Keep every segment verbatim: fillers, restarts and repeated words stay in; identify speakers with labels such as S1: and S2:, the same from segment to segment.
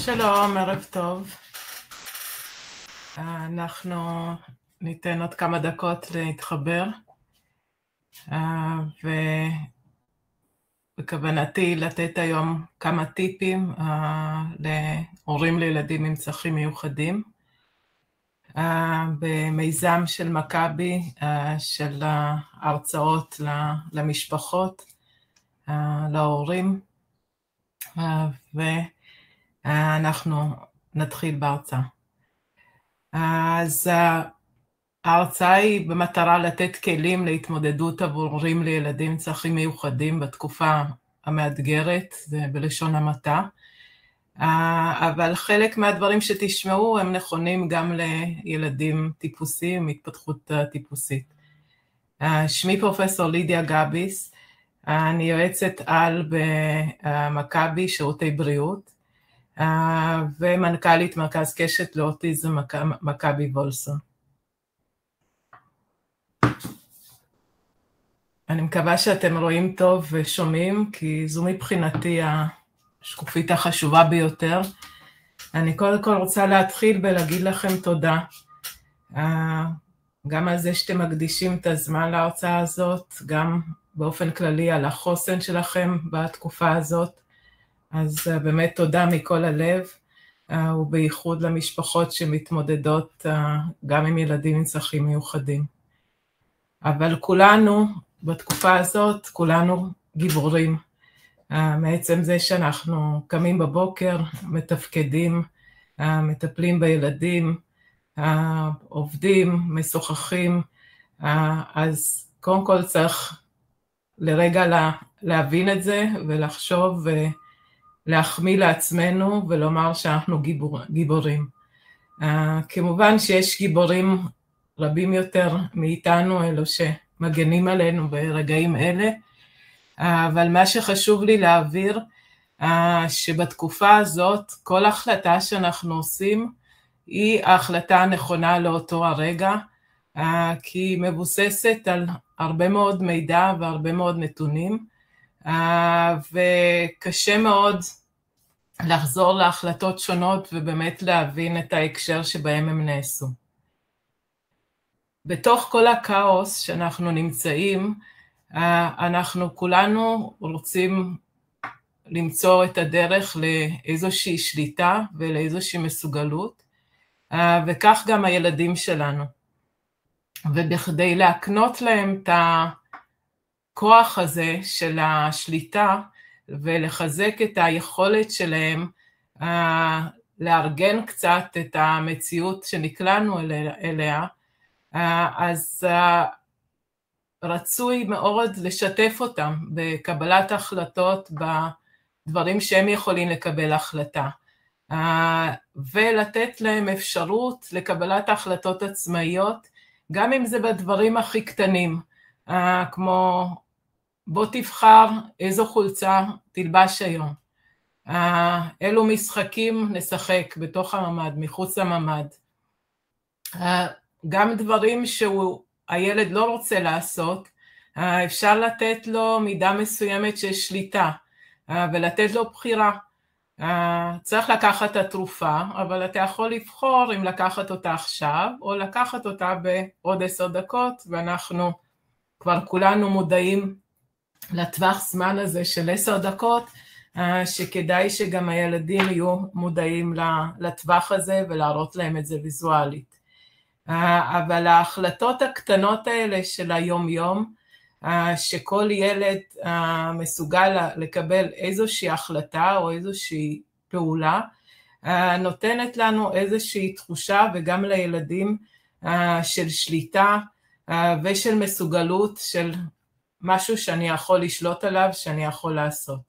S1: שלום, ערב טוב. אנחנו ניתן עוד כמה דקות להתחבר, ובכוונתי לתת היום כמה טיפים להורים לילדים עם צרכים מיוחדים, במיזם של מכבי של הרצאות למשפחות, להורים, ואנחנו נתחיל בהרצאה. אז ההרצאה היא במטרה לתת כלים להתמודדות עבור הורים לילדים עם צרכים מיוחדים בתקופה המאתגרת, זה בלשון המעטה, אבל חלק מהדברים שתשמעו הם נכונים גם לילדים טיפוסיים, התפתחות טיפוסית. שמי פרופסור לידיה גביס, אני יועצת על במכבי שירותי בריאות, ומנכ"לית מרכז קשת לאוטיזם מכבי וולפסון. אני מקווה שאתם רואים טוב ושומעים, כי זו מבחינתי השקופית החשובה ביותר. אני קודם כל רוצה להתחיל ולהגיד לכם תודה, גם על זה שאתם מקדישים את הזמן להרצאה הזאת, גם באופן כללי על החוסן שלכם בתקופה הזאת. אז באמת תודה מכל הלב, ובייחוד למשפחות שמתמודדות גם עם ילדים עם צרכים מיוחדים. אבל כולנו בתקופה הזאת, כולנו גיבורים, מעצם זה שאנחנו קמים בבוקר, מתפקדים, מטפלים בילדים, עובדים, משוחחים, אז קודם כל צריך לרגע לה, להבין את זה ולחשוב ולהחמיא לעצמנו ולומר שאנחנו גיבור, גיבורים. Uh, כמובן שיש גיבורים רבים יותר מאיתנו, אלו שמגנים עלינו ברגעים אלה, uh, אבל מה שחשוב לי להעביר, uh, שבתקופה הזאת כל החלטה שאנחנו עושים היא ההחלטה הנכונה לאותו הרגע, uh, כי היא מבוססת על הרבה מאוד מידע והרבה מאוד נתונים, uh, וקשה מאוד לחזור להחלטות שונות ובאמת להבין את ההקשר שבהם הם נעשו. בתוך כל הכאוס שאנחנו נמצאים, uh, אנחנו כולנו רוצים למצוא את הדרך לאיזושהי שליטה ולאיזושהי מסוגלות, uh, וכך גם הילדים שלנו. ובכדי להקנות להם את הכוח הזה של השליטה ולחזק את היכולת שלהם uh, לארגן קצת את המציאות שנקלענו אליה, uh, אז uh, רצוי מאוד לשתף אותם בקבלת החלטות בדברים שהם יכולים לקבל החלטה, uh, ולתת להם אפשרות לקבלת החלטות עצמאיות, גם אם זה בדברים הכי קטנים, uh, כמו בוא תבחר איזו חולצה תלבש היום, uh, אילו משחקים נשחק בתוך הממד, מחוץ לממד, uh, גם דברים שהילד לא רוצה לעשות, uh, אפשר לתת לו מידה מסוימת של שליטה, uh, ולתת לו בחירה. Uh, צריך לקחת את התרופה, אבל אתה יכול לבחור אם לקחת אותה עכשיו, או לקחת אותה בעוד עשר דקות, ואנחנו כבר כולנו מודעים לטווח זמן הזה של עשר דקות, uh, שכדאי שגם הילדים יהיו מודעים לטווח הזה, ולהראות להם את זה ויזואלית. Uh, אבל ההחלטות הקטנות האלה של היום יום, uh, שכל ילד uh, מסוגל לקבל איזושהי החלטה או איזושהי פעולה, uh, נותנת לנו איזושהי תחושה וגם לילדים uh, של שליטה uh, ושל מסוגלות של משהו שאני יכול לשלוט עליו, שאני יכול לעשות.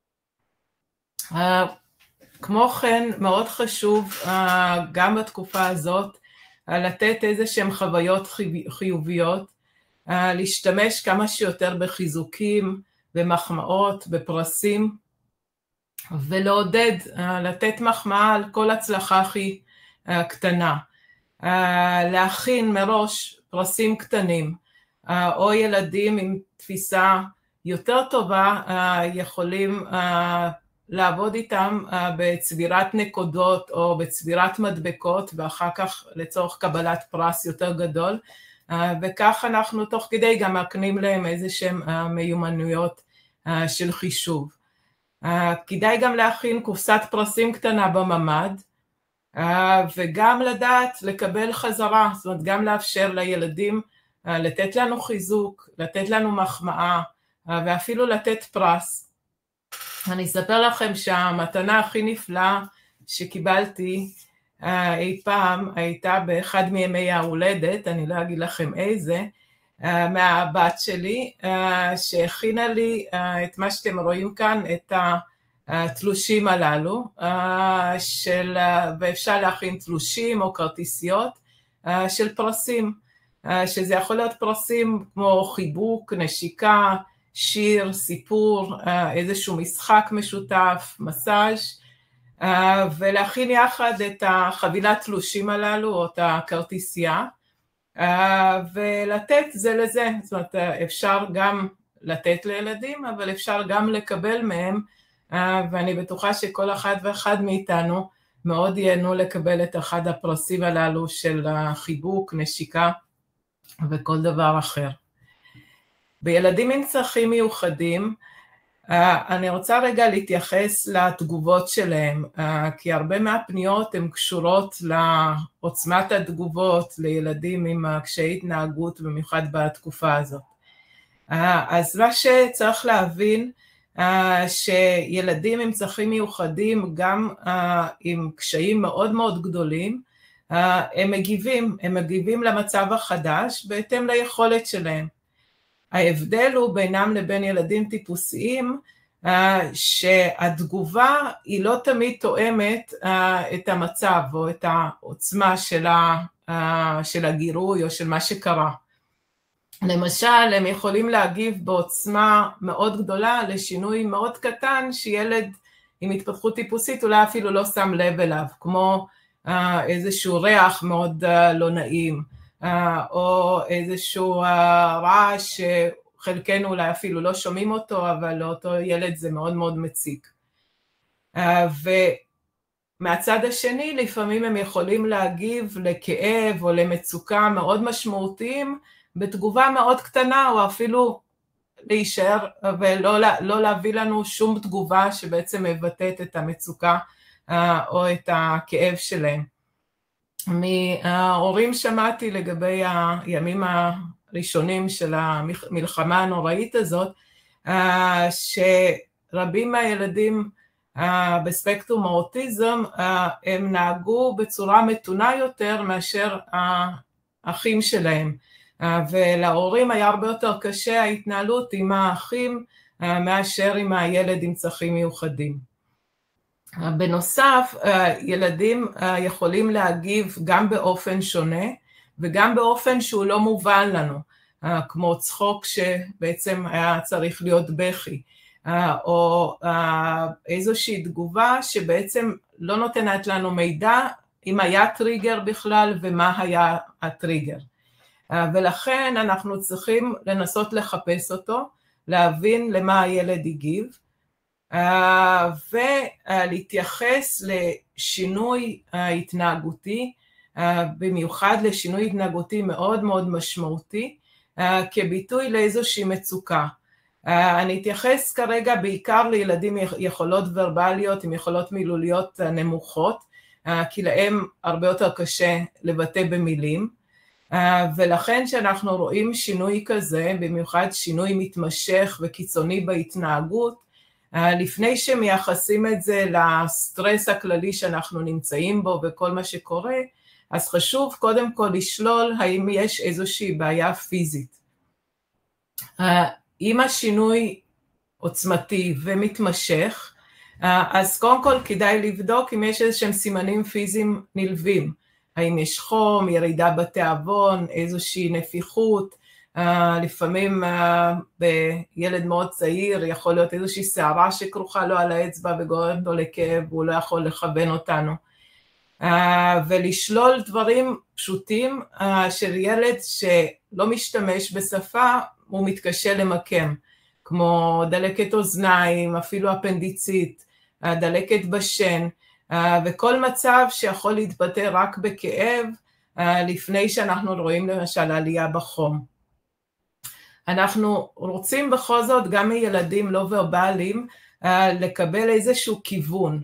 S1: Uh, כמו כן מאוד חשוב uh, גם בתקופה הזאת uh, לתת איזה שהן חוויות חיוביות, Uh, להשתמש כמה שיותר בחיזוקים, במחמאות, בפרסים, ולעודד, uh, לתת מחמאה על כל הצלחה הכי uh, קטנה. Uh, להכין מראש פרסים קטנים, uh, או ילדים עם תפיסה יותר טובה uh, יכולים uh, לעבוד איתם בצבירת נקודות או בצבירת מדבקות, ואחר כך לצורך קבלת פרס יותר גדול, וכך אנחנו תוך כדי גם מקנים להם איזה שהם מיומנויות של חישוב. כדאי גם להכין קופסת פרסים קטנה בממ"ד, וגם לדעת לקבל חזרה, זאת אומרת גם לאפשר לילדים לתת לנו חיזוק, לתת לנו מחמאה, ואפילו לתת פרס. אני אספר לכם שהמתנה הכי נפלאה שקיבלתי אי פעם הייתה באחד מימי ההולדת, אני לא אגיד לכם איזה, מהבת שלי, שהכינה לי את מה שאתם רואים כאן, את התלושים הללו, של, ואפשר להכין תלושים או כרטיסיות של פרסים, שזה יכול להיות פרסים כמו חיבוק, נשיקה, שיר, סיפור, איזשהו משחק משותף, מסאז', ולהכין יחד את החבילת תלושים הללו או את הכרטיסייה, ולתת זה לזה. זאת אומרת, אפשר גם לתת לילדים, אבל אפשר גם לקבל מהם, ואני בטוחה שכל אחד ואחד מאיתנו מאוד ייהנו לקבל את אחד הפרסים הללו של חיבוק, נשיקה וכל דבר אחר. בילדים עם צרכים מיוחדים, אני רוצה רגע להתייחס לתגובות שלהם, כי הרבה מהפניות הן קשורות לעוצמת התגובות לילדים עם קשיי התנהגות, במיוחד בתקופה הזאת. אז מה שצריך להבין, שילדים עם צרכים מיוחדים, גם עם קשיים מאוד מאוד גדולים, הם מגיבים, הם מגיבים למצב החדש בהתאם ליכולת שלהם. ההבדל הוא בינם לבין ילדים טיפוסיים, שהתגובה היא לא תמיד תואמת את המצב או את העוצמה של הגירוי או של מה שקרה. למשל, הם יכולים להגיב בעוצמה מאוד גדולה לשינוי מאוד קטן שילד עם התפתחות טיפוסית אולי אפילו לא שם לב אליו, כמו איזשהו ריח מאוד לא נעים, או איזשהו רעש שחלקנו אולי אפילו לא שומעים אותו, אבל לאותו ילד זה מאוד מאוד מציק. ומהצד השני, לפעמים הם יכולים להגיב לכאב או למצוקה מאוד משמעותיים, בתגובה מאוד קטנה, או אפילו להישאר ולא לא להביא לנו שום תגובה שבעצם מבטאת את המצוקה או את הכאב שלהם. מההורים שמעתי לגבי הימים הראשונים של המלחמה הנוראית הזאת, שרבים מהילדים בספקטרום האוטיזם הם נהגו בצורה מתונה יותר מאשר האחים שלהם, ולהורים היה הרבה יותר קשה ההתנהלות עם האחים מאשר עם הילד עם צרכים מיוחדים. בנוסף, ילדים יכולים להגיב גם באופן שונה וגם באופן שהוא לא מובן לנו, כמו צחוק שבעצם היה צריך להיות בכי, או איזושהי תגובה שבעצם לא נותנת לנו מידע אם היה טריגר בכלל ומה היה הטריגר. ולכן אנחנו צריכים לנסות לחפש אותו, להבין למה הילד הגיב, ולהתייחס לשינוי התנהגותי, במיוחד לשינוי התנהגותי מאוד מאוד משמעותי, כביטוי לאיזושהי מצוקה. אני אתייחס כרגע בעיקר לילדים עם יכולות ורבליות, עם יכולות מילוליות נמוכות, כי להם הרבה יותר קשה לבטא במילים, ולכן שאנחנו רואים שינוי כזה, במיוחד שינוי מתמשך וקיצוני בהתנהגות, לפני שמייחסים את זה לסטרס הכללי שאנחנו נמצאים בו וכל מה שקורה, אז חשוב קודם כל לשלול האם יש איזושהי בעיה פיזית. אם השינוי עוצמתי ומתמשך, אז קודם כל כדאי לבדוק אם יש איזשהם סימנים פיזיים נלווים, האם יש חום, ירידה בתיאבון, איזושהי נפיחות, לפעמים בילד מאוד צעיר יכול להיות איזושהי שערה שכרוכה לו על האצבע וגורמת לו לכאב, והוא לא יכול לכוון אותנו. ולשלול דברים פשוטים של ילד שלא משתמש בשפה, הוא מתקשה למקם, כמו דלקת אוזניים, אפילו אפנדיצית, דלקת בשן, וכל מצב שיכול להתבטא רק בכאב, לפני שאנחנו רואים למשל עלייה בחום. אנחנו רוצים בכל זאת גם מילדים לא ורבליים לקבל איזשהו כיוון,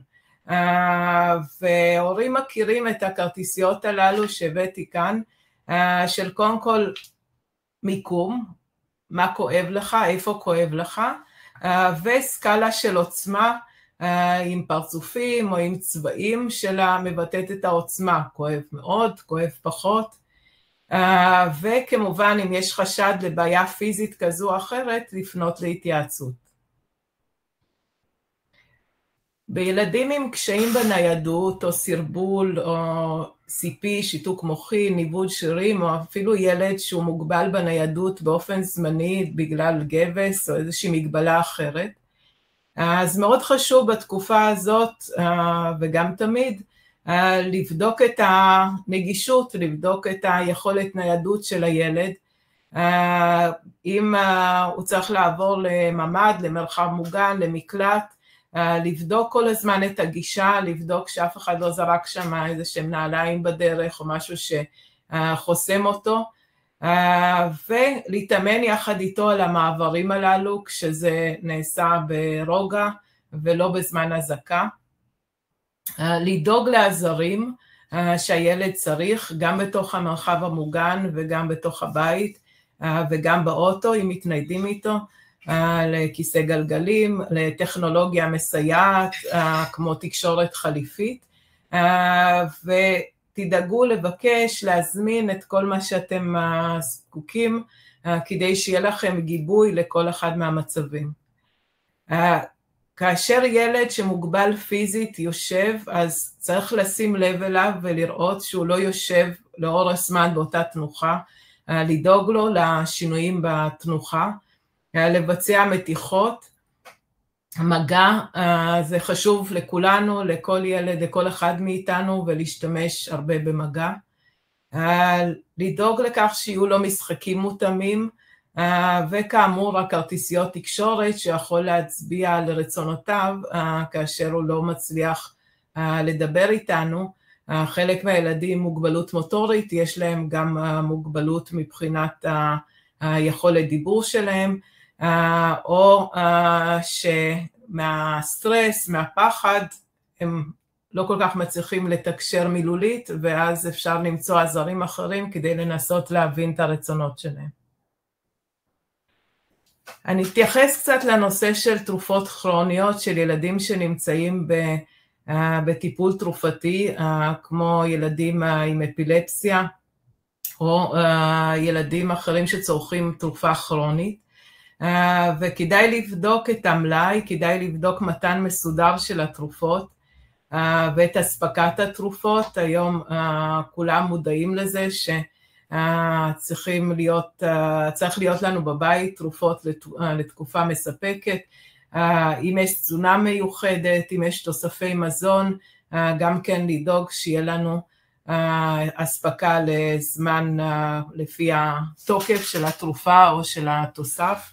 S1: והורים מכירים את הכרטיסיות הללו שהבאתי כאן, של קודם כל מיקום, מה כואב לך, איפה כואב לך, וסקאלה של עוצמה עם פרצופים או עם צבעים שלה מבטאת את העוצמה, כואב מאוד, כואב פחות, וכמובן אם יש חשד לבעיה פיזית כזו או אחרת, לפנות להתייעצות. בילדים עם קשיים בניידות או סרבול או סי פי, שיתוק מוחי, ניווד שרירים, או אפילו ילד שהוא מוגבל בניידות באופן זמני בגלל גבס או איזושהי מגבלה אחרת, אז מאוד חשוב בתקופה הזאת וגם תמיד לבדוק את הנגישות, לבדוק את היכולת ניידות של הילד, אם הוא צריך לעבור לממד, למרחב מוגן, למקלט, לבדוק כל הזמן את הגישה, לבדוק שאף אחד לא זרק שם איזה שהם נעליים בדרך או משהו שחוסם אותו, ולהתאמן יחד איתו על המעברים הללו כשזה נעשה ברוגע ולא בזמן הזקה. לדאוג לעזרים שהילד צריך גם בתוך המרחב המוגן וגם בתוך הבית וגם באוטו אם מתניידים איתו, לכיסא גלגלים, לטכנולוגיה מסייעת כמו תקשורת חליפית, ותדאגו לבקש, להזמין את כל מה שאתם זקוקים כדי שיהיה לכם גיבוי לכל אחד מהמצבים. כאשר ילד שמוגבל פיזית יושב, אז צריך לשים לב אליו ולראות שהוא לא יושב לאורך זמן באותה תנוחה, לדאוג לו לשינויים בתנוחה, לבצע מתיחות, מגע, זה חשוב לכולנו, לכל ילד, לכל אחד מאיתנו, ולהשתמש הרבה במגע. לדאוג לכך שיהיו לו משחקים מותאמים, וכאמור הכרטיסיות תקשורת שיכול להצביע על רצונותיו, כאשר הוא לא מצליח לדבר איתנו. חלק מהילדים עם מוגבלות מוטורית, יש להם גם מוגבלות מבחינת היכולת דיבור שלהם, או שמהסטרס, מהפחד, הם לא כל כך מצליחים לתקשר מילולית, ואז אפשר למצוא עזרים אחרים כדי לנסות להבין את הרצונות שלהם. אני אתייחס קצת לנושא של תרופות כרוניות של ילדים שנמצאים בטיפול תרופתי, כמו ילדים עם אפילפסיה, או ילדים אחרים שצורכים תרופה כרונית, וכדאי לבדוק את המלאי, כדאי לבדוק מתן מסודר של התרופות, ואת הספקת התרופות. היום כולם מודעים לזה שצריכים להיות, צריך להיות לנו בבית תרופות לתקופה מספקת, אם יש תזונה מיוחדת, אם יש תוספי מזון, גם כן לדאוג שיהיה לנו הספקה לזמן לפי התוקף של התרופה או של התוסף.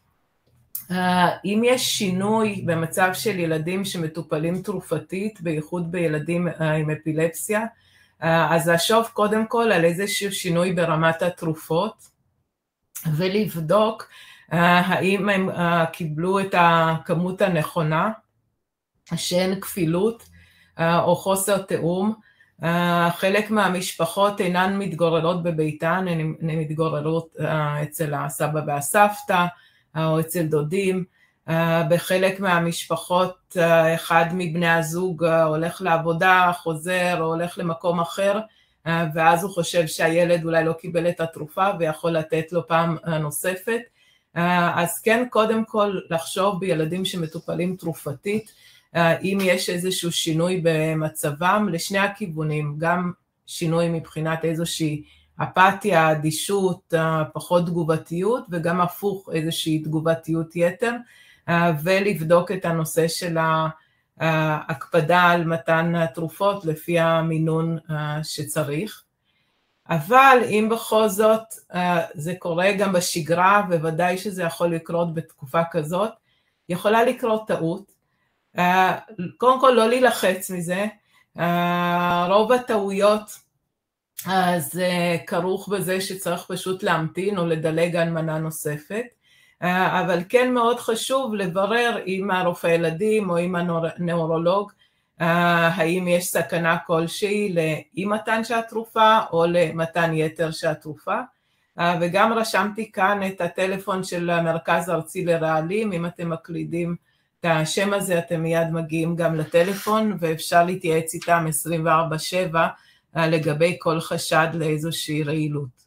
S1: אם יש שינוי במצב של ילדים שמטופלים תרופתית, בייחוד בילדים עם אפילפסיה, אז לחשוב קודם כל על איזשהו שינוי ברמת התרופות, ולבדוק האם הם קיבלו את הכמות הנכונה, שאין כפילות או חוסר תאום. חלק מהמשפחות אינן מתגוררות בביתן, הן מתגוררות אצל הסבא והסבתא, או אצל דודים. בחלק מהמשפחות אחד מבני הזוג הולך לעבודה, חוזר או הולך למקום אחר, ואז הוא חושב שהילד אולי לא קיבל את התרופה ויכול לתת לו פעם נוספת. אז כן, קודם כל לחשוב בילדים שמטופלים תרופתית, אם יש איזשהו שינוי במצבם לשני הכיוונים, גם שינוי מבחינת איזושהי אפתיה, אדישות, פחות תגובתיות, וגם הפוך איזושהי תגובתיות יתר, ולבדוק את הנושא של ההקפדה על מתן התרופות לפי המינון שצריך. אבל אם בכל זאת זה קורה גם בשגרה, וודאי שזה יכול לקרות בתקופה כזאת, יכולה לקרות טעות, קודם כל לא להילחץ מזה, רוב הטעויות אז כרוך בזה שצריך פשוט להמתין או לדלג על מנה נוספת, אבל כן מאוד חשוב לברר עם הרופא ילדים או עם הנוירולוג, האם יש סכנה כלשהי לאי מתן של התרופה או למתן יתר של התרופה, וגם רשמתי כאן את הטלפון של המרכז הארצי לרעלים, אם אתם מקלידים את השם הזה אתם מיד מגיעים גם לטלפון, ואפשר להתייעץ איתם עשרים וארבע שבע לגבי כל חשד לאיזושהי רעילות.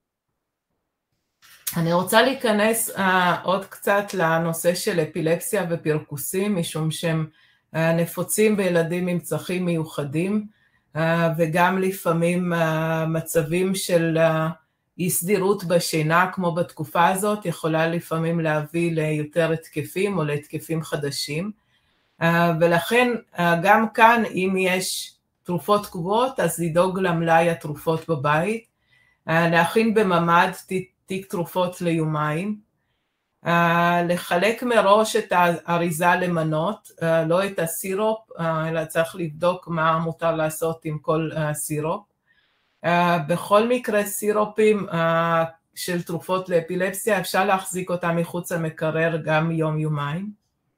S1: אני רוצה להיכנס uh, עוד קצת לנושא של אפילפסיה ופרכוסים, משום שהם uh, נפוצים בילדים עם צרכים מיוחדים, uh, וגם לפעמים uh, מצבים של uh, אי סדירות בשינה, כמו בתקופה הזאת, יכולה לפעמים להביא ליותר התקפים או להתקפים חדשים, uh, ולכן uh, גם כאן אם יש תרופות קבועות, אז לדאוג למלאי התרופות בבית, uh, להכין בממד תיק תרופות ליומיים, uh, לחלק מראש את האריזה למנות, uh, לא את הסירופ, uh, אלא צריך לבדוק מה מותר לעשות עם כל uh, סירופ. Uh, בכל מקרה סירופים uh, של תרופות לאפילפסיה, אפשר להחזיק אותם מחוץ למקרר גם יום יומיים.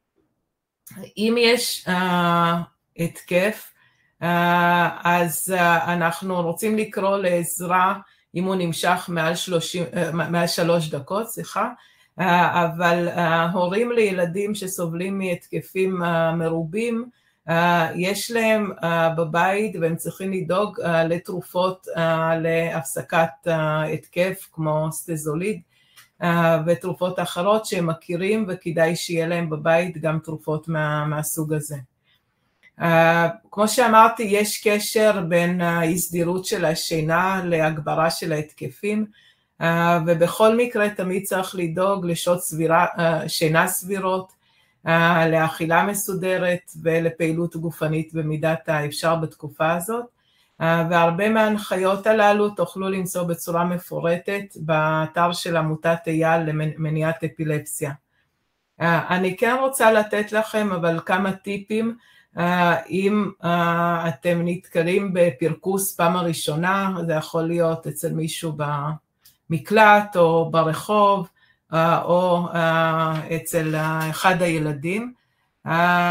S1: אם יש uh, התקף, uh, אז uh, אנחנו רוצים לקרוא לעזרה, אם הוא נמשך מעל, שלושים, מעל שלוש דקות, סליחה, אבל ההורים לילדים שסובלים מהתקפים מרובים, יש להם בבית והם צריכים לדאוג לתרופות להפסקת התקף כמו סטזוליד ותרופות אחרות שהם מכירים, וכדאי שיהיה להם בבית גם תרופות מה, מהסוג הזה. Uh, כמו שאמרתי, יש קשר בין האי סדירות של השינה להגברה של ההתקפים, uh, ובכל מקרה תמיד צריך לדאוג לשעות סבירה, uh, שינה סבירות, uh, לאכילה מסודרת ולפעילות גופנית במידת האפשר בתקופה הזאת, uh, והרבה מההנחיות הללו תוכלו למצוא בצורה מפורטת באתר של עמותת אייל למניעת אפילפסיה. Uh, אני כן רוצה לתת לכם אבל כמה טיפים, Uh, אם uh, אתם נתקלים בפרכוס פעם הראשונה, זה יכול להיות אצל מישהו במקלט או ברחוב, uh, או uh, אצל uh, אחד הילדים, uh,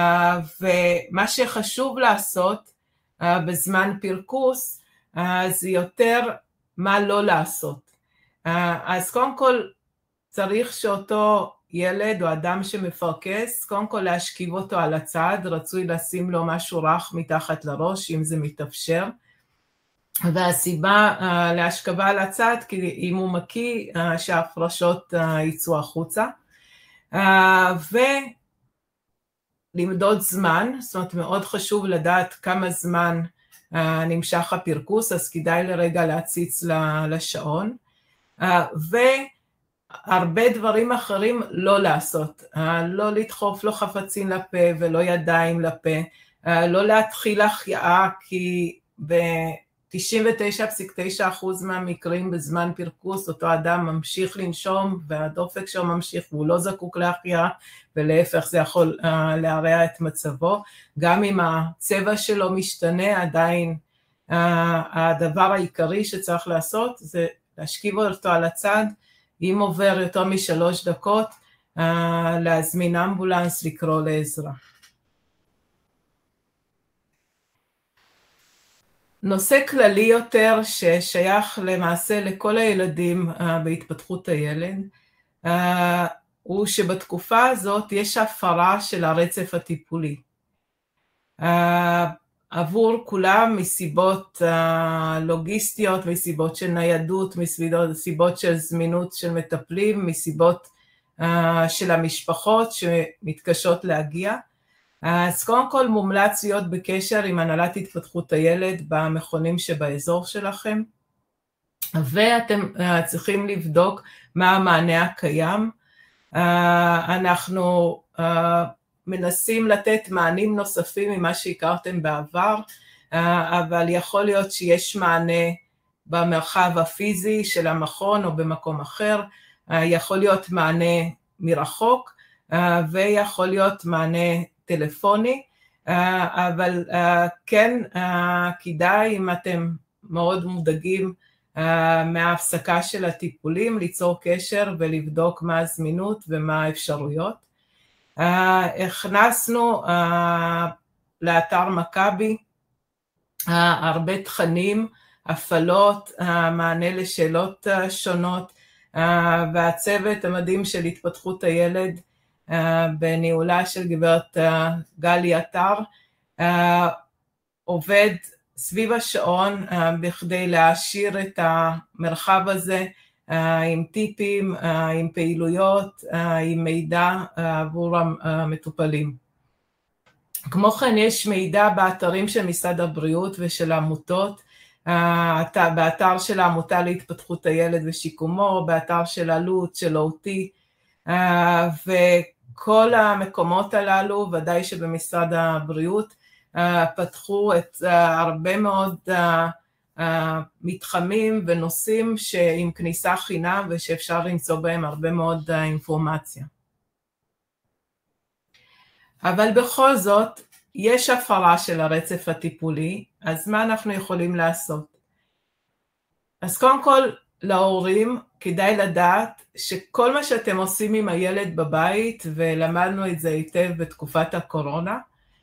S1: ומה שחשוב לעשות uh, בזמן פרכוס, uh, זה יותר מה לא לעשות. Uh, אז קודם כל צריך שאותו ילד או אדם שמפרכס, קודם כל להשכיב אותו על הצד, רצוי לשים לו משהו רך מתחת לראש, אם זה מתאפשר. והסיבה uh, להשכבה על הצד, כי אם הוא מקיא, uh, שההפרשות uh, יצאו החוצה. Uh, ולמדוד זמן, זאת אומרת מאוד חשוב לדעת כמה זמן uh, נמשך הפרכוס, אז כדאי לרגע להציץ לשעון. Uh, ו... הרבה דברים אחרים לא לעשות, לא לדחוף לא חפצים לפה ולא ידיים לפה, לא להתחיל החייאה, כי ב-תשעים ותשע נקודה תשע אחוז מהמקרים בזמן פרכוס אותו אדם ממשיך לנשום והדופק שלו ממשיך והוא לא זקוק להחייאה, ולהפך זה יכול להרע את מצבו, גם אם הצבע שלו משתנה עדיין הדבר העיקרי שצריך לעשות זה להשכיב אותו על הצד, אם עובר יותר משלוש דקות, uh, להזמין אמבולנס, לקרוא לעזרה. נושא כללי יותר ששייך למעשה לכל הילדים uh, בהתפתחות הילד, uh, הוא שבתקופה הזאת יש הפרה של הרצף הטיפולי. Uh, עבור כולם מסיבות uh, לוגיסטיות, מסיבות של ניידות, מסיבות של זמינות של מטפלים, מסיבות uh, של המשפחות שמתקשות להגיע. Uh, אז קודם כל מומלץ להיות בקשר עם הנהלת התפתחות הילד במכונים שבאזור שלכם, ואתם uh, צריכים לבדוק מה המענה הקיים. Uh, אנחנו uh, מנסים לתת מענים נוספים ממה שהכרתם בעבר, אבל יכול להיות שיש מענה במרחב הפיזי של המכון או במקום אחר, יכול להיות מענה מרחוק, ויכול להיות מענה טלפוני, אבל כן כדאי, אם אתם מאוד מודאגים מההפסקה של הטיפולים, ליצור קשר ולבדוק מה הזמינות ומה האפשרויות. הכנסנו לאתר מכבי הרבה תכנים, הפעלות, מענה לשאלות שונות, והצוות המדהים של התפתחות הילד בניהולה של גברת גלי עטר עובד סביב השעון בכדי להעשיר את המרחב הזה עם טיפים, עם פעילויות, עם מידע עבור המטופלים. כמו כן יש מידע באתרים של משרד הבריאות ושל העמותות, באתר של העמותה להתפתחות הילד ושיקומו, באתר של אלו"ט, של אותי, וכל המקומות הללו, ודאי שבמשרד הבריאות, פתחו את הרבה מאוד מתחמים ונושאים עם כניסה חינם ושאפשר למצוא בהם הרבה מאוד אינפורמציה. אבל בכל זאת, יש הפרה של הרצף הטיפולי, אז מה אנחנו יכולים לעשות? אז קודם כל, להורים כדאי לדעת שכל מה שאתם עושים עם הילד בבית, ולמדנו את זה היטב בתקופת הקורונה,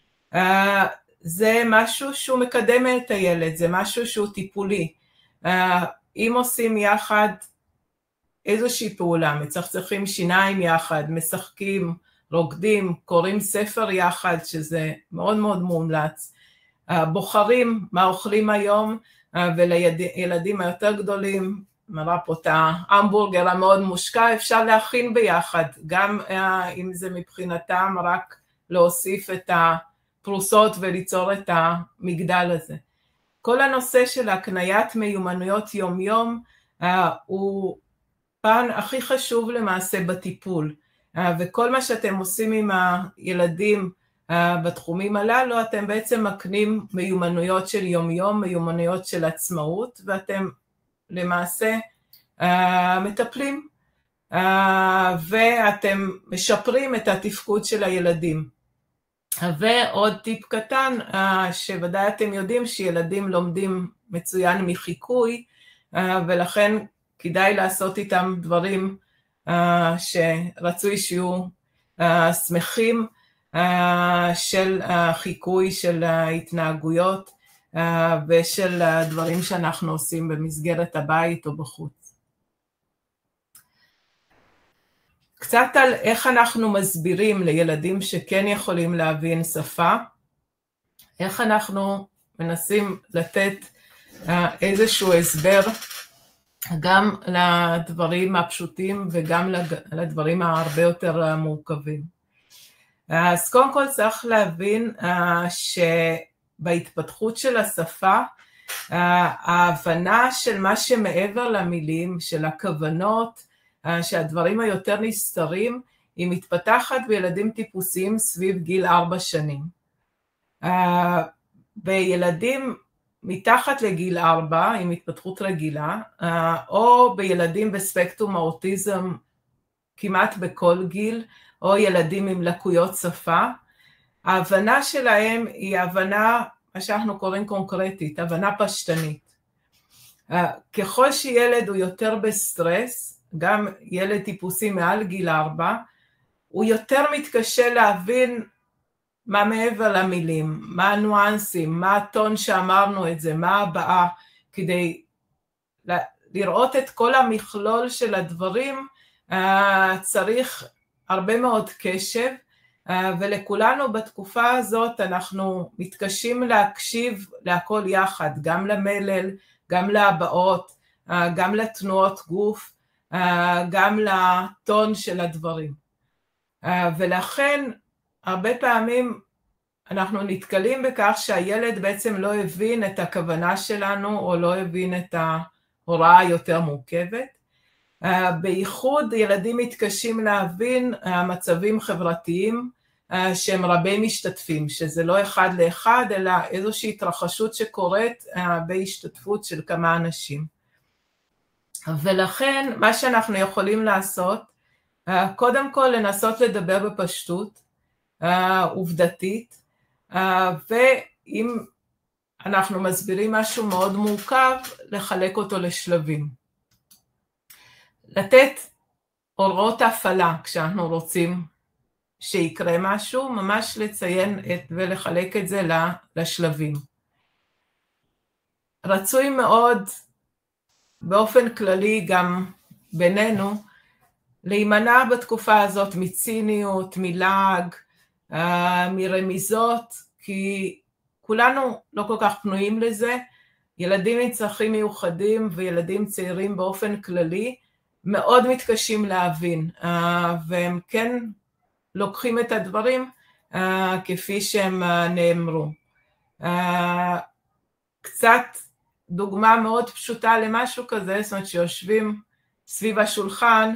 S1: זה משהו שהוא מקדם את הילד, זה משהו שהוא טיפולי. אם עושים יחד איזושהי פעולה, מצחצחים שיניים יחד, משחקים, רוקדים, קוראים ספר יחד, שזה מאוד מאוד מומלץ, בוחרים מה אוכלים היום, ולילדים היותר גדולים, מראה פה את ההמבורגר המאוד מושקע, אפשר להכין ביחד, גם אם זה מבחינתם רק להוסיף את הפרוסות וליצור את המגדל הזה. כל הנושא של הקניית מיומנויות יום יום, הוא פן הכי חשוב למעשה בטיפול, וכל מה שאתם עושים עם הילדים בתחומים הללו, אתם בעצם מקנים מיומנויות של יום יום, מיומנויות של עצמאות, ואתם למעשה מטפלים, ואתם משפרים את התפקוד של הילדים. ועוד טיפ קטן, שוודאי אתם יודעים שילדים לומדים מצוין מחיקוי, ולכן כדאי לעשות איתם דברים שרצוי שיהיו שמחים, של חיקוי של ההתנהגויות ושל הדברים שאנחנו עושים במסגרת הבית או בחוץ. קצת על איך אנחנו מסבירים לילדים שכן יכולים להבין שפה, איך אנחנו מנסים לתת איזשהו הסבר גם לדברים הפשוטים וגם לדברים ההרבה יותר מורכבים. אז קודם כל צריך להבין שבהתפתחות של השפה, ההבנה של מה שמעבר למילים, של הכוונות, שהדברים היותר נסתרים, היא מתפתחת בילדים טיפוסיים סביב גיל ארבע שנים. בילדים מתחת לגיל ארבע, עם התפתחות רגילה, או בילדים בספקטרום האוטיזם כמעט בכל גיל, או ילדים עם לקויות שפה, ההבנה שלהם היא הבנה, מה שאנחנו קוראים קונקרטית, הבנה פשטנית. ככל שילד הוא יותר בסטרס, גם ילד טיפוסי מעל גיל ארבע, הוא יותר מתקשה להבין מה מעבר למילים, מה הניואנסים, מה הטון שאמרנו את זה, מה הבאה, כדי לראות את כל המכלול של הדברים, צריך הרבה מאוד קשב, ולכולנו בתקופה הזאת אנחנו מתקשים להקשיב להכל יחד, גם למלל, גם להבעות, גם לתנועות גוף, גם לטון של הדברים. ולכן הרבה פעמים אנחנו נתקלים בכך שהילד בעצם לא הבין את הכוונה שלנו, או לא הבין את ההוראה היותר מורכבת. בייחוד ילדים מתקשים להבין מצבים חברתיים שהם רבי משתתפים, שזה לא אחד לאחד, אלא איזושהי התרחשות שקורית בהשתתפות של כמה אנשים. ולכן מה שאנחנו יכולים לעשות, קודם כל לנסות לדבר בפשטות, עובדתית, ואם אנחנו מסבירים משהו מאוד מורכב, לחלק אותו לשלבים. לתת הוראות הפעלה כשאנחנו רוצים שיקרה משהו, ממש לציין את, ולחלק את זה לשלבים. רצוי מאוד, באופן כללי גם בינינו, להימנע בתקופה הזאת מציניות, מלעג, מרמיזות, כי כולנו לא כל כך פנויים לזה. ילדים עם צרכים מיוחדים וילדים צעירים באופן כללי מאוד מתקשים להבין, והם כן לוקחים את הדברים כפי שהם נאמרו. קצת דוגמה מאוד פשוטה למשהו כזה, זאת אומרת שיושבים סביב השולחן,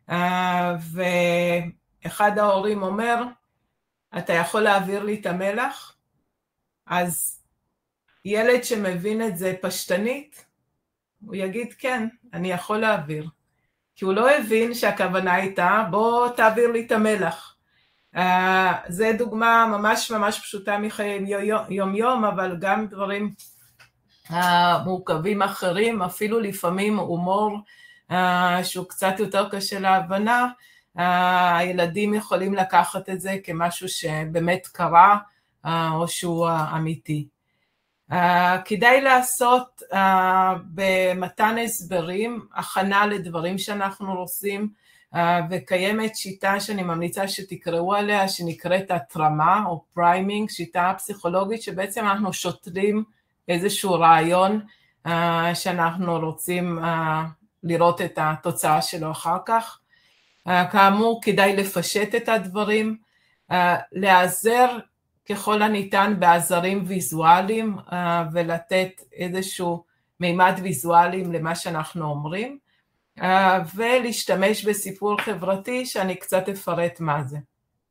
S1: ואחד ההורים אומר, אתה יכול להעביר לי את המלח? אז ילד שמבין את זה פשטנית, הוא יגיד כן, אני יכול להעביר. כי הוא לא הבין שהכוונה הייתה, בוא תעביר לי את המלח. זה דוגמה ממש ממש פשוטה מחיי יום יום, אבל גם דברים מורכבים אחרים, אפילו לפעמים הומור שהוא קצת יותר קשה להבנה, הילדים יכולים לקחת את זה כמשהו שבאמת קרה, או שהוא אמיתי. כדאי לעשות במתן הסברים, הכנה לדברים שאנחנו עושים, וקיימת שיטה שאני ממליצה שתקראו עליה, שנקראת התרמה או פריימינג, שיטה פסיכולוגית שבעצם אנחנו שוטרים איזשהו רעיון שאנחנו רוצים לראות את התוצאה שלו אחר כך. כאמור, כדאי לפשט את הדברים, להיעזר ככל הניתן בעזרים ויזואליים, ולתת איזשהו מימד ויזואליים למה שאנחנו אומרים, ולהשתמש בסיפור חברתי שאני קצת אפרט מה זה.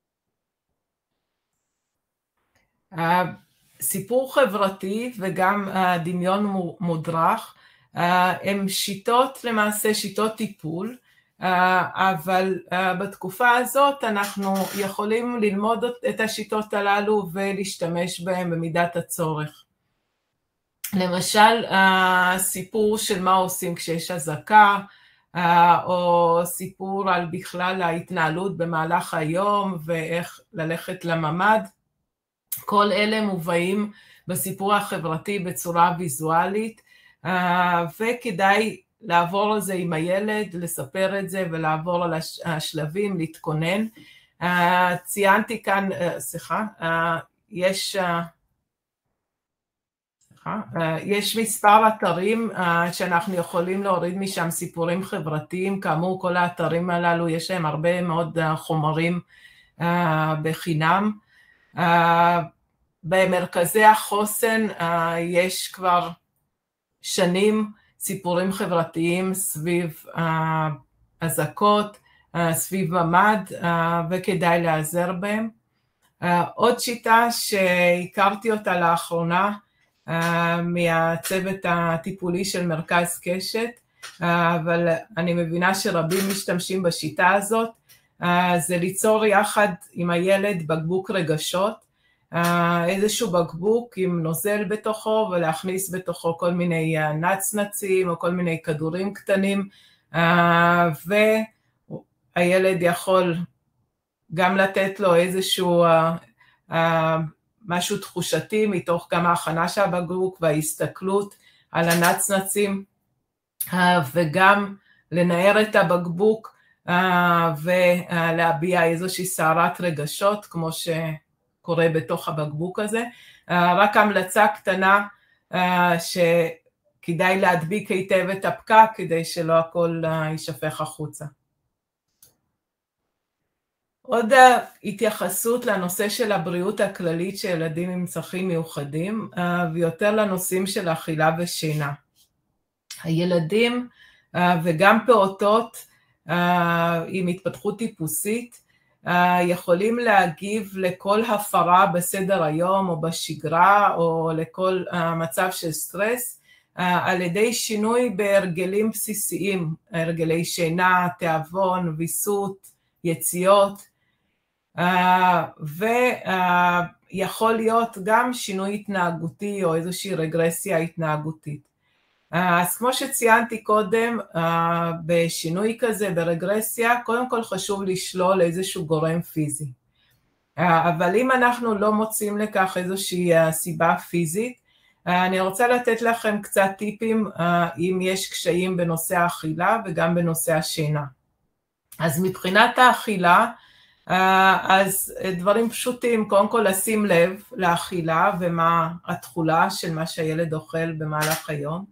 S1: סיפור חברתי וגם דמיון מודרך, הם שיטות למעשה, שיטות טיפול, אבל בתקופה הזאת אנחנו יכולים ללמוד את השיטות הללו ולהשתמש בהן במידת הצורך. למשל, הסיפור של מה עושים כשיש אזעקה, או סיפור על בכלל ההתנהלות במהלך היום ואיך ללכת לממ"ד, כל אלה מובאים בסיפור החברתי בצורה ויזואלית, וכדאי לעבור על זה עם הילד, לספר את זה ולעבור על השלבים, להתכונן. ציינתי כאן, סליחה, יש, סליחה, יש מספר אתרים שאנחנו יכולים להוריד משם סיפורים חברתיים, כאמור כל האתרים הללו יש להם הרבה מאוד חומרים בחינם. במרכזי החוסן יש כבר שנים סיפורים חברתיים סביב אזעקות, סביב ממ"ד, וכדאי להיעזר בהם. עוד שיטה שהכרתי אותה לאחרונה מהצוות הטיפולי של מרכז קשת, אבל אני מבינה שרבים משתמשים בשיטה הזאת, זה ליצור יחד עם הילד בקבוק רגשות, איזשהו בקבוק עם נוזל בתוכו ולהכניס בתוכו כל מיני נצנצים או כל מיני כדורים קטנים, והילד יכול גם לתת לו איזשהו משהו תחושתי מתוך גם ההכנה של הבקבוק וההסתכלות על הנצנצים, וגם לנער את הבקבוק ולהביע איזושהי סערת רגשות כמו שקורה בתוך הבקבוק הזה. רק המלצה קטנה שכדאי להדביק היטב את הפקק כדי שלא הכל יישפך החוצה. עוד התייחסות לנושא של הבריאות הכללית של ילדים עם צרכים מיוחדים, ויותר לנושאים של אכילה ושינה. הילדים וגם פעוטות עם התפתחות טיפוסית יכולים להגיב לכל הפרה בסדר היום או בשגרה או לכל מצב של סטרס על ידי שינוי בהרגלים בסיסיים, הרגלי שינה, תיאבון, ויסות, יציאות. ויכול להיות גם שינוי התנהגותי או איזושהי רגרסיה התנהגותית. אז כמו שציינתי קודם, בשינוי כזה, ברגרסיה, קודם כל חשוב לשלול איזשהו גורם פיזי. אבל אם אנחנו לא מוצאים לכך איזושהי סיבה פיזית, אני רוצה לתת לכם קצת טיפים אם יש קשיים בנושא האכילה וגם בנושא השינה. אז מבחינת האכילה, אז דברים פשוטים, קודם כל לשים לב לאכילה ומה התכולה של מה שהילד אוכל במהלך היום,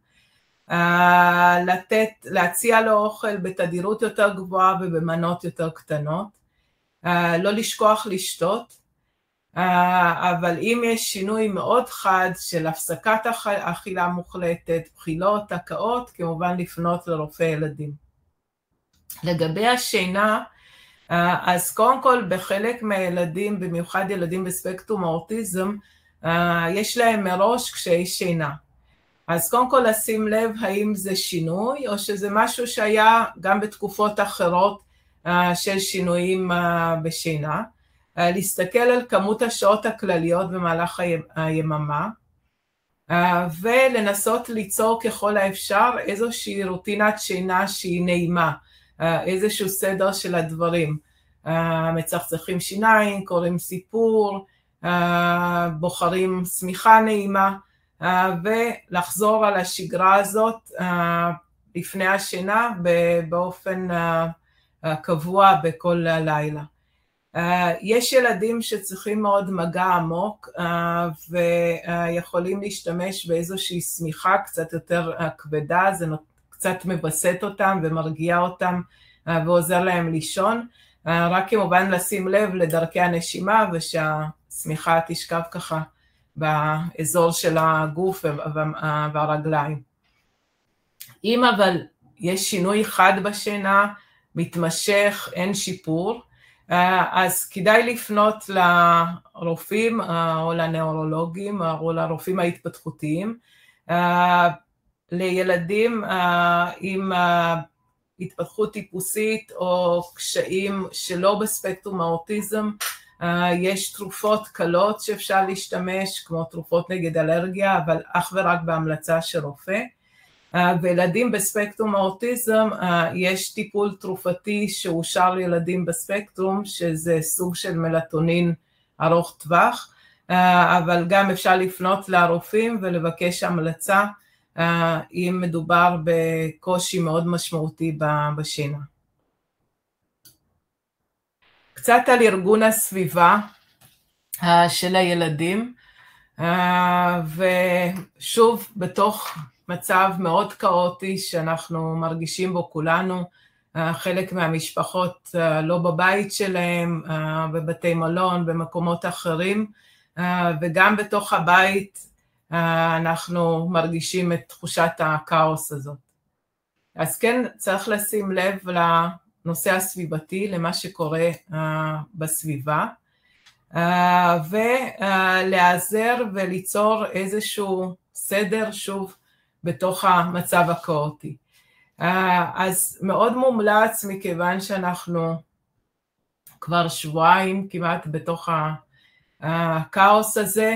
S1: לתת, להציע לו אוכל בתדירות יותר גבוהה ובמנות יותר קטנות, לא לשכוח לשתות, אבל אם יש שינוי מאוד חד של הפסקת אכילה מוחלטת, בחילות, הקאות, כמובן לפנות לרופא ילדים. לגבי השינה, אז קודם כל בחלק מהילדים, במיוחד ילדים בספקטרום האוטיזם, יש להם מראש קשיי שינה. אז קודם כל לשים לב האם זה שינוי או שזה משהו שהיה גם בתקופות אחרות של שינויים בשינה. להסתכל על כמות השעות הכלליות במהלך היממה, ולנסות ליצור ככל האפשר איזושהי רוטינת שינה שהיא נעימה, איזשהו סדר של הדברים. מצחצחים שיניים, קוראים סיפור, בוחרים שמיכה נעימה, ולחזור על השגרה הזאת לפני השינה באופן קבוע בכל לילה. יש ילדים שצריכים מאוד מגע עמוק ויכולים להשתמש באיזושהי שמיכה קצת יותר כבדה, זה קצת מבסט אותם ומרגיע אותם ועוזר להם לישון, רק כמובן לשים לב לדרכי הנשימה ושהשמיכה תשכב ככה באזור של הגוף והרגליים. אם אבל יש שינוי חד בשינה, מתמשך, אין שיפור, אז כדאי לפנות לרופאים או לנאורולוגים או לרופאים ההתפתחותיים, לילדים עם התפתחות טיפוסית או קשיים שלא בספקטרום האוטיזם, יש תרופות קלות שאפשר להשתמש, כמו תרופות נגד אלרגיה, אבל אך ורק בהמלצה של רופא. וילדים בספקטרום האוטיזם, יש טיפול תרופתי שאושר לילדים בספקטרום, שזה סוג של מלטונין ארוך טווח, אבל גם אפשר לפנות לרופאים ולבקש המלצה, אם מדובר בקושי מאוד משמעותי בשינה. קצת על ארגון הסביבה של הילדים, ושוב בתוך מצב מאוד כאוטי שאנחנו מרגישים בו כולנו, חלק מהמשפחות לא בבית שלהם, בבתי מלון, במקומות אחרים, וגם בתוך הבית אנחנו מרגישים את תחושת הכאוס הזאת. אז כן צריך לשים לב לנושא הסביבתי, למה שקורה בסביבה, ולעזר וליצור איזשהו סדר שוב בתוך המצב הכאוטי. אז מאוד מומלץ, מכיוון שאנחנו כבר שבועיים כמעט בתוך הכאוס הזה,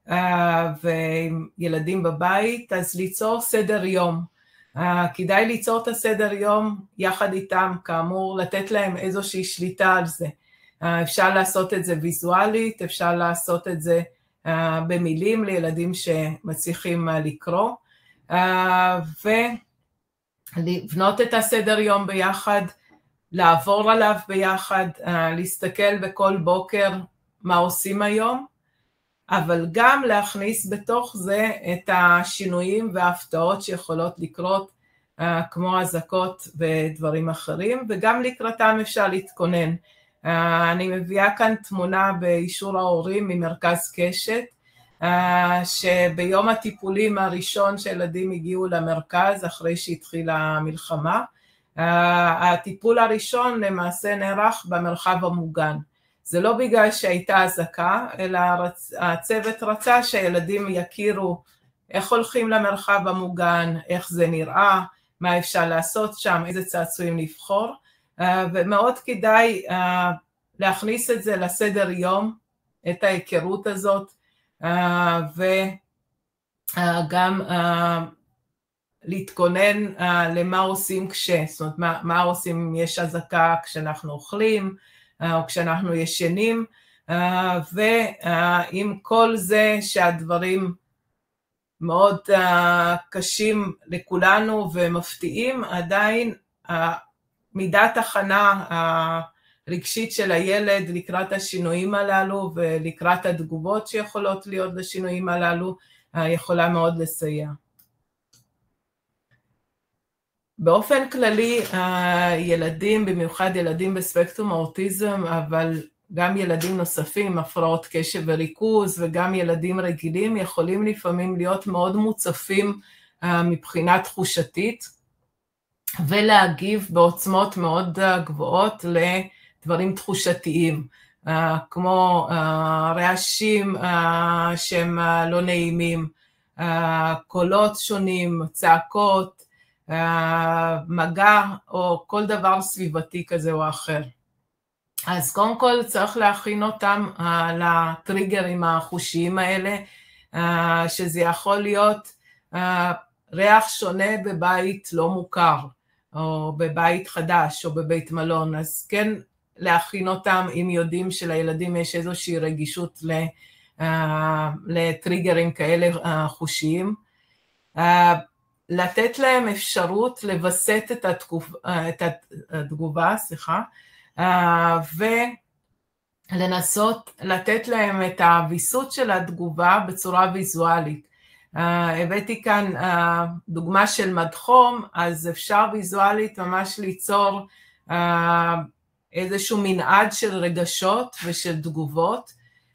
S1: וילדים בבית, אז ליצור סדר יום. כדאי ליצור את הסדר יום יחד איתם, כאמור, לתת להם איזושהי שליטה על זה. אפשר לעשות את זה ויזואלית, אפשר לעשות את זה במילים לילדים שמצליחים לקרוא, ולבנות את הסדר יום ביחד, לעבור עליו ביחד, להסתכל בכל בוקר מה עושים היום, אבל גם להכניס בתוך זה את השינויים וההפתעות שיכולות לקרות, כמו הזקות ודברים אחרים, וגם לקראתם אפשר להתכונן. אני מביאה כאן תמונה באישור ההורים ממרכז קשת, שביום הטיפולים הראשון שילדים הגיעו למרכז אחרי שהתחילה המלחמה, הטיפול הראשון למעשה נערך במרחב המוגן. זה לא בגלל שהייתה הזקה, אלא הצוות רצה שהילדים יכירו איך הולכים למרחב המוגן, איך זה נראה, מה אפשר לעשות שם, איזה צעצועים לבחור, ומאוד כדאי להכניס את זה לסדר יום, את ההיכרות הזאת, וגם להתכונן למה עושים כש, זאת אומרת, מה, מה עושים אם יש אזעקה כשאנחנו אוכלים, או כשאנחנו ישנים, ועם כל זה שהדברים מאוד קשים לכולנו ומפתיעים, עדיין מידת הכנה הרגשית של הילד לקראת השינויים הללו ולקראת התגובות שיכולות להיות לשינויים הללו, יכולה מאוד לסייע. באופן כללי, ילדים, במיוחד ילדים בספקטרום האוטיזם, אבל גם ילדים נוספים, הפרעות קשב וריכוז, וגם ילדים רגילים, יכולים לפעמים להיות מאוד מוצפים מבחינה תחושתית, ולהגיב בעוצמות מאוד גבוהות לדברים תחושתיים, כמו רעשים שהם לא נעימים, קולות שונים, צעקות, מגע או כל דבר סביבתי כזה או אחר. אז קודם כל צריך להכין אותם לטריגרים החושיים האלה, שזה יכול להיות ריח שונה בבית לא מוכר, או בבית חדש, או בבית מלון, אז כן להכין אותם אם יודעים שלילדים יש איזושהי רגישות לטריגרים כאלה חושיים. לתת להם אפשרות לבסט את התגובה, את התגובה, סליחה, ולנסות לתת להם את הוויסות של התגובה בצורה ויזואלית. הבאתי כאן דוגמה של מדחום, אז אפשר ויזואלית ממש ליצור איזשהו מנעד של רגשות ושל תגובות,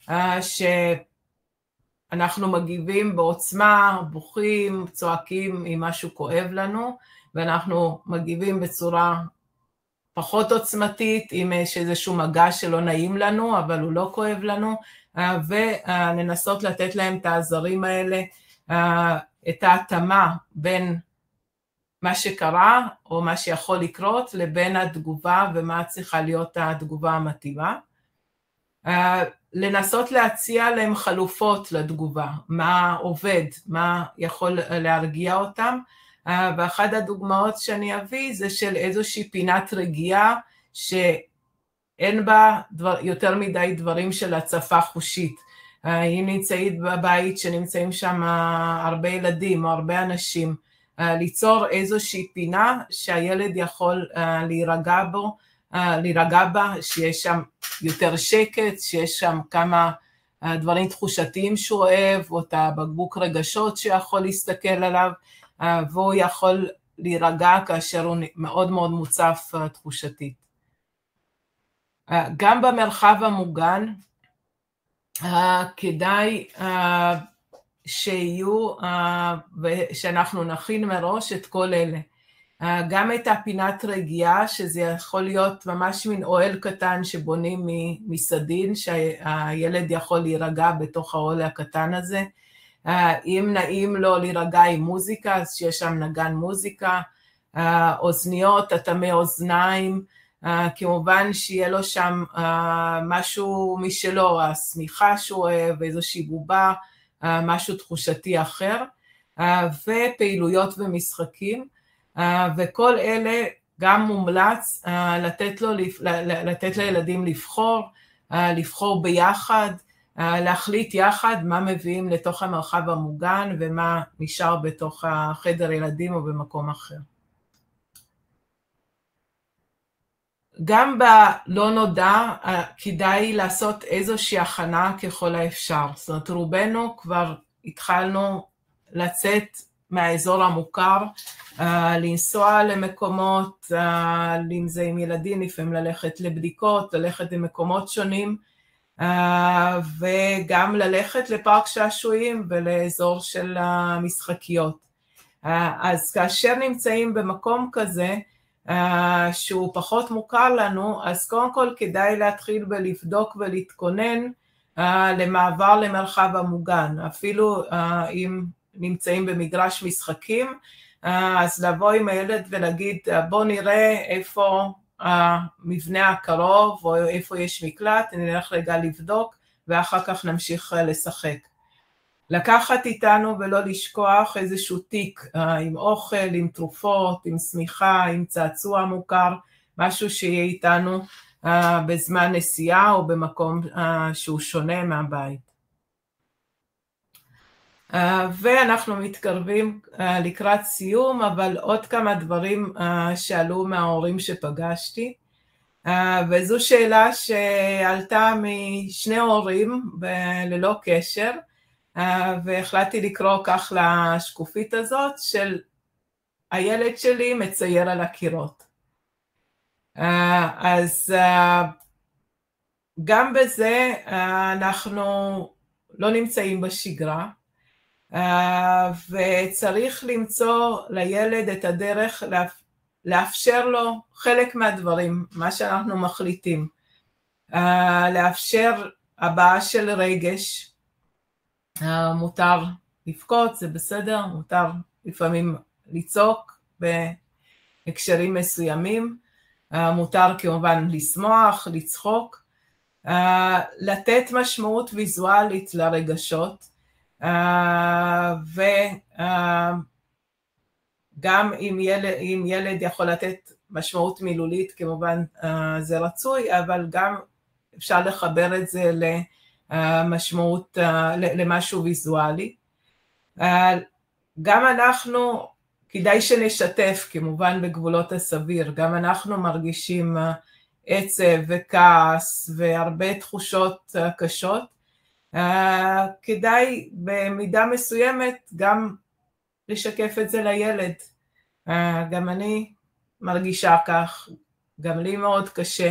S1: שאנחנו מגיבים בעוצמה, בוכים, צועקים אם משהו כואב לנו, ואנחנו מגיבים בצורה פחות עוצמתית, אם יש איזשהו מגע שלא נעים לנו, אבל הוא לא כואב לנו, ולנסות לתת להם את העזרים האלה, את ההתאמה בין מה שקרה, או מה שיכול לקרות, לבין התגובה, ומה צריכה להיות התגובה המתאימה. לנסות להציע להם חלופות לתגובה, מה עובד, מה יכול להרגיע אותם, ואחת הדוגמאות שאני אביא זה של איזושהי פינת רגיעה שאין בה דבר, יותר מדי דברים של הצפה חושית. אם נמצאים בבית שנמצאים שם הרבה ילדים או הרבה אנשים, ליצור איזושהי פינה שהילד יכול להירגע בו, להירגע בה, שיש שם יותר שקט, שיש שם כמה דברים תחושתיים שהוא אוהב, או את הבקבוק רגשות שיכול להסתכל עליו, והוא יכול להירגע כאשר הוא מאוד מאוד מוצף תחושתית. גם במרחב המוגן, כדאי שיהיו, שאנחנו נכין מראש את כל אלה. גם את הפינת רגיעה, שזה יכול להיות ממש מין אוהל קטן שבונים מסדין, שהילד יכול להירגע בתוך האוהל הקטן הזה. אם נעים לו להירגע עם מוזיקה, אז שיש שם נגן מוזיקה, אוזניות, אטמי אוזניים, כמובן שיהיה לו שם משהו משלו, השמיכה שהוא אוהב, איזושהי בובה, משהו תחושתי אחר, ופעילויות ומשחקים, וכל אלה גם מומלץ לתת, לו, לתת לילדים לבחור, לבחור ביחד, להחליט יחד מה מביאים לתוך המרחב המוגן ומה נשאר בתוך החדר ילדים או במקום אחר. גם בלא נודע כדאי לעשות איזושהי הכנה ככל האפשר. זאת אומרת, רובנו כבר התחלנו לצאת מהאזור המוכר, לנסוע למקומות, אם זה עם ילדים, לפעמים ללכת לבדיקות, ללכת למקומות שונים, וגם ללכת לפארק שעשועים ולאזור של המשחקיות. אז כאשר נמצאים במקום כזה, שהוא פחות מוכר לנו, אז קודם כל כדאי להתחיל בלבדוק ולהתכונן למעבר למרחב המוגן. אפילו אם נמצאים במגרש משחקים, אז לבוא עם הילד ולהגיד, בוא נראה איפה המבנה הקרוב או איפה יש מקלט, נלך רגע לבדוק ואחר כך נמשיך לשחק. לקחת איתנו ולא לשכוח איזשהו תיק עם אוכל, עם תרופות, עם סמיכה, עם צעצוע מוכר, משהו שיהיה איתנו בזמן נסיעה או במקום שהוא שונה מהבית. ואנחנו מתקרבים לקראת סיום, אבל עוד כמה דברים שעלו מההורים שפגשתי, וזו שאלה שעלתה משני הורים ללא קשר, והחלטתי לקרוא כך לשקופית הזאת של הילד שלי מצייר על הקירות. אז גם בזה אנחנו לא נמצאים בשגרה, וצריך למצוא לילד את הדרך לאפשר לו חלק מהדברים, מה שאנחנו מחליטים, לאפשר הבעה של רגש, מותר לבכות, זה בסדר, מותר לפעמים לצעוק בהקשרים מסוימים, מותר כמובן לשמוח, לצחוק, לתת משמעות ויזואלית לרגשות, וגם אם ילד, אם ילד יכול לתת משמעות מילולית, כמובן זה רצוי, אבל גם אפשר לחבר את זה למשמעות, למשהו ויזואלי. גם אנחנו, כדאי שנשתף, כמובן בגבולות הסביר, גם אנחנו מרגישים עצב וכעס והרבה תחושות קשות, כדאי במידה מסוימת גם לשקף את זה לילד. גם אני מרגישה כך, גם לי מאוד קשה.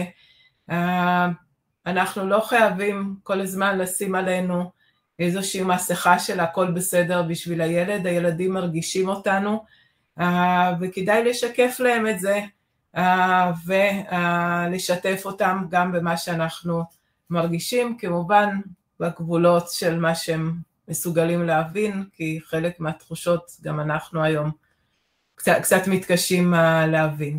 S1: אנחנו לא חייבים כל הזמן לשים עלינו איזושהי מסכה של הכל בסדר בשביל הילד, הילדים מרגישים אותנו, וכדאי לשקף להם את זה, ולשתף אותם גם במה שאנחנו מרגישים, כמובן בגבולות של מה שהם מסוגלים להבין, כי חלק מהתחושות גם אנחנו היום קצת, קצת מתקשים להבין.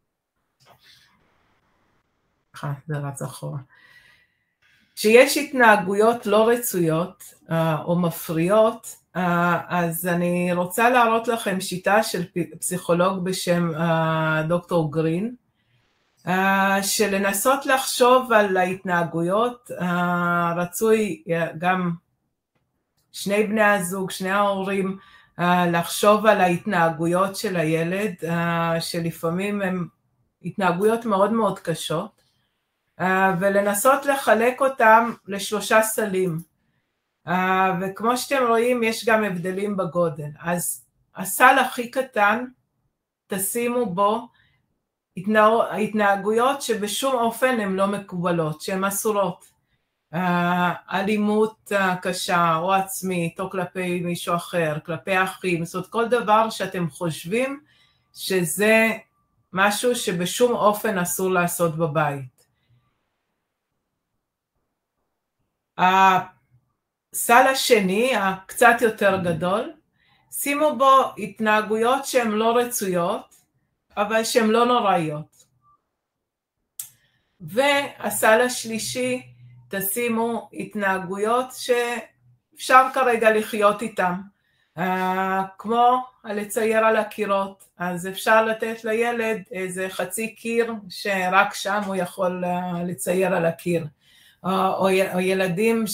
S1: זה רץ אחורה. שיש התנהגויות לא רצויות או מפריעות, אז אני רוצה להראות לכם שיטה של פסיכולוג בשם דוקטור גרין, שלנסות לחשוב על ההתנהגויות, רצוי גם שני בני הזוג, שני ההורים, לחשוב על ההתנהגויות של הילד, שלפעמים הן התנהגויות מאוד מאוד קשות, ולנסות לחלק אותם לשלושה סלים, וכמו שאתם רואים יש גם הבדלים בגודל. אז הסל הכי קטן, תשימו בו התנהגויות שבשום אופן הן לא מקובלות, שהן אסורות, אלימות קשה או עצמית או כלפי מישהו אחר, כלפי אחים, זאת אומרת כל דבר שאתם חושבים שזה משהו שבשום אופן אסור לעשות בבית. הסל השני, הקצת יותר גדול, שימו בו התנהגויות שהן לא רצויות, אבל שהן לא נוראיות. והסל השלישי, תשימו התנהגויות שאפשר כרגע לחיות איתן, כמו לצייר על הקירות, אז אפשר לתת לילד איזה חצי קיר שרק שם הוא יכול לצייר על הקיר, או, או ילדים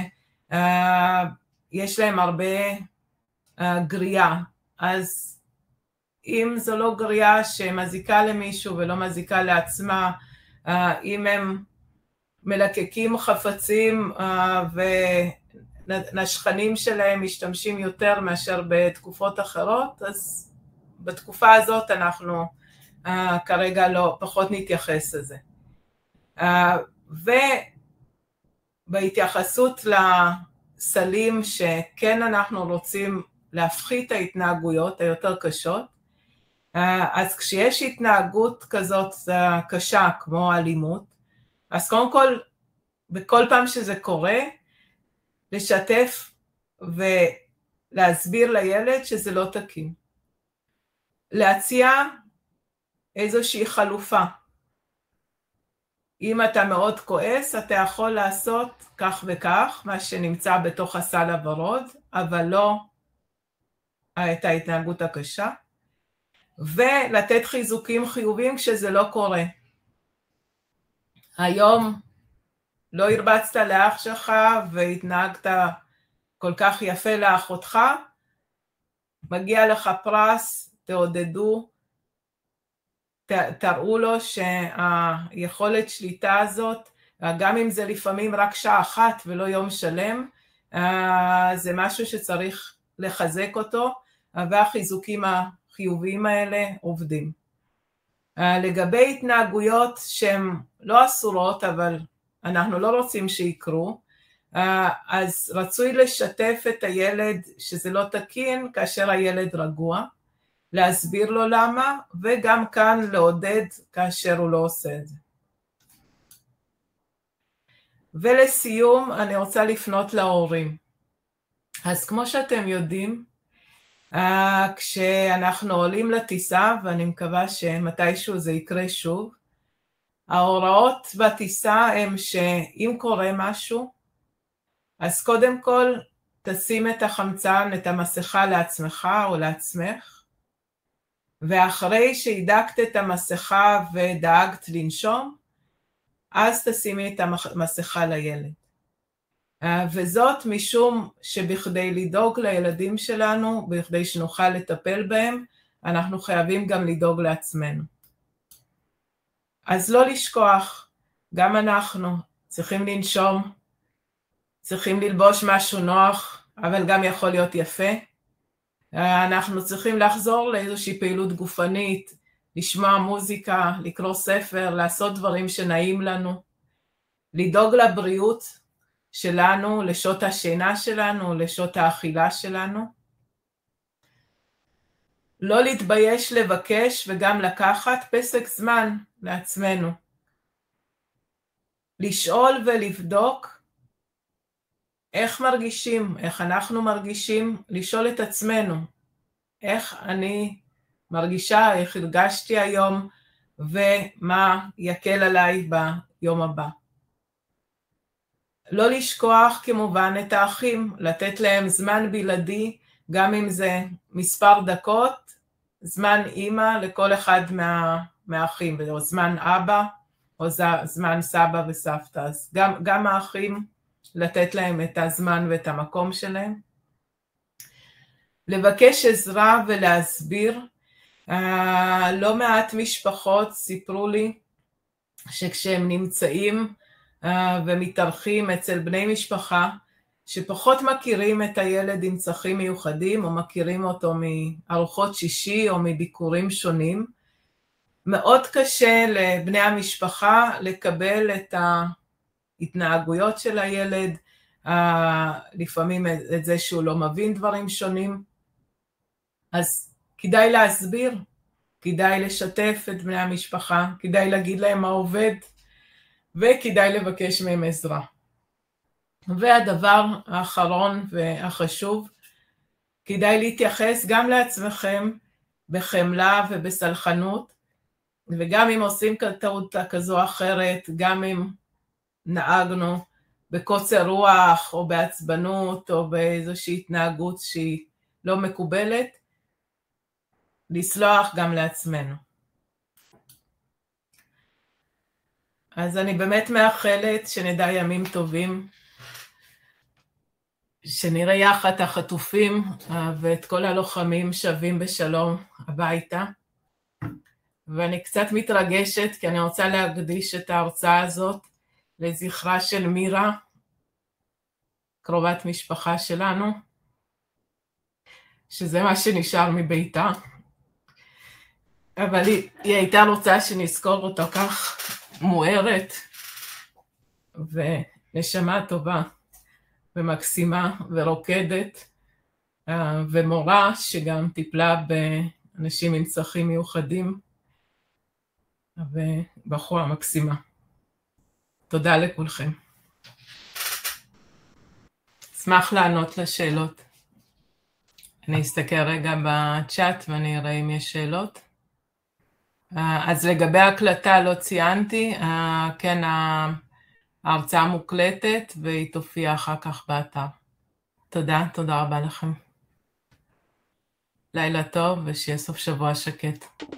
S1: שיש להם הרבה גריעה, אז אם זו לא גריעה שמזיקה למישהו ולא מזיקה לעצמה, אם הם מלקקים חפצים ונשכנים שלהם משתמשים יותר מאשר בתקופות אחרות, אז בתקופה הזאת אנחנו כרגע לא, פחות נתייחס לזה. ובהתייחסות לסלים שכן אנחנו רוצים להפחית ההתנהגויות היותר קשות, אז כשיש התנהגות כזאת קשה כמו אלימות, אז קודם כל, בכל פעם שזה קורה, לשתף ולהסביר לילד שזה לא תקין. להציע איזושהי חלופה, אם אתה מאוד כועס, אתה יכול לעשות כך וכך, מה שנמצא בתוך הסל הוורוד, אבל לא את ההתנהגות הקשה, ולתת חיזוקים חיוביים כשזה לא קורה. היום לא הרבצת לאח שלך והתנהגת כל כך יפה לאחותך, מגיע לך פרס, תעודדו, ת, תראו לו שהיכולת שליטה הזאת, גם אם זה לפעמים רק שעה אחת ולא יום שלם, זה משהו שצריך לחזק אותו, והחיזוקים החיוביים האלה עובדים. לגבי התנהגויות שהן לא אסורות, אבל אנחנו לא רוצים שיקרו, אז רצוי לשתף את הילד שזה לא תקין כאשר הילד רגוע, להסביר לו למה, וגם כאן לעודד כאשר הוא לא עושה את זה. ולסיום, אני רוצה לפנות להורים. אז כמו שאתם יודעים, כשאנחנו עולים לטיסה, ואני מקווה שמתישהו זה יקרה שוב, ההוראות בטיסה הם שאם קורה משהו, אז קודם כל תשים את החמצן, את המסכה לעצמך או לעצמך, ואחרי שהידקת את המסכה ודאגת לנשום, אז תשימי את המסכה לילד. וזאת משום שבכדי לדאוג לילדים שלנו, בכדי שנוכל לטפל בהם, אנחנו חייבים גם לדאוג לעצמנו. אז לא לשכוח, גם אנחנו צריכים לנשום, צריכים ללבוש משהו נוח, אבל גם יכול להיות יפה. אנחנו צריכים לחזור לאיזושהי פעילות גופנית, לשמוע מוזיקה, לקרוא ספר, לעשות דברים שנעים לנו, לדאוג לבריאות שלנו, לשעות השינה שלנו, לשעות האכילה שלנו. לא להתבייש לבקש וגם לקחת פסק זמן לעצמנו. לשאול ולבדוק איך מרגישים, איך אנחנו מרגישים, לשאול את עצמנו, איך אני מרגישה, איך הרגשתי היום, ומה יקל עליי ביום הבא. לא לשכוח כמובן את האחים, לתת להם זמן בלעדי, גם אם זה מספר דקות, זמן אימא לכל אחד מה, מהאחים, או זמן אבא, או זמן סבא וסבתא. אז גם, גם האחים, לתת להם את הזמן ואת המקום שלהם. לבקש עזרה ולהסביר. לא מעט משפחות סיפרו לי שכשהם נמצאים ומתארחים אצל בני משפחה, שפחות מכירים את הילד עם צרכים מיוחדים, או מכירים אותו מארוחות שישי או מביקורים שונים, מאוד קשה לבני המשפחה לקבל את ההתנהגויות של הילד, לפעמים את זה שהוא לא מבין דברים שונים. אז כדאי להסביר, כדאי לשתף את בני המשפחה, כדאי להגיד להם מה עובד, וכדאי לבקש מהם עזרה. והדבר האחרון והחשוב, כדאי להתייחס גם לעצמכם בחמלה ובסלחנות, וגם אם עושים טעות כזו או אחרת, גם אם נהגנו בקוצר רוח או בעצבנות או באיזושהי התנהגות שהיא לא מקובלת, לסלוח גם לעצמנו. אז אני באמת מאחלת שנדע ימים טובים, שנראה יחד את החטופים ואת כל הלוחמים שבים בשלום הביתה. ואני קצת מתרגשת כי אני רוצה להקדיש את ההרצאה הזאת לזכרה של מירה, קרובת משפחה שלנו, שזה מה שנשאר מביתה. אבל היא, היא הייתה רוצה שנזכור אותה כך מוארת ונשמה טובה ומקסימה ורוקדת, ומורה שגם טיפלה באנשים עם צרכים מיוחדים, ובחורה מקסימה. תודה לכולכם. אשמח לענות לשאלות. אני אסתכל רגע בצ'אט ואני אראה אם יש שאלות. אז לגבי ההקלטה לא ציינתי, כן, ההרצאה מוקלטת והיא תופיע אחר כך באתר. תודה, תודה רבה לכם. לילה טוב ושיהיה סוף שבוע שקט.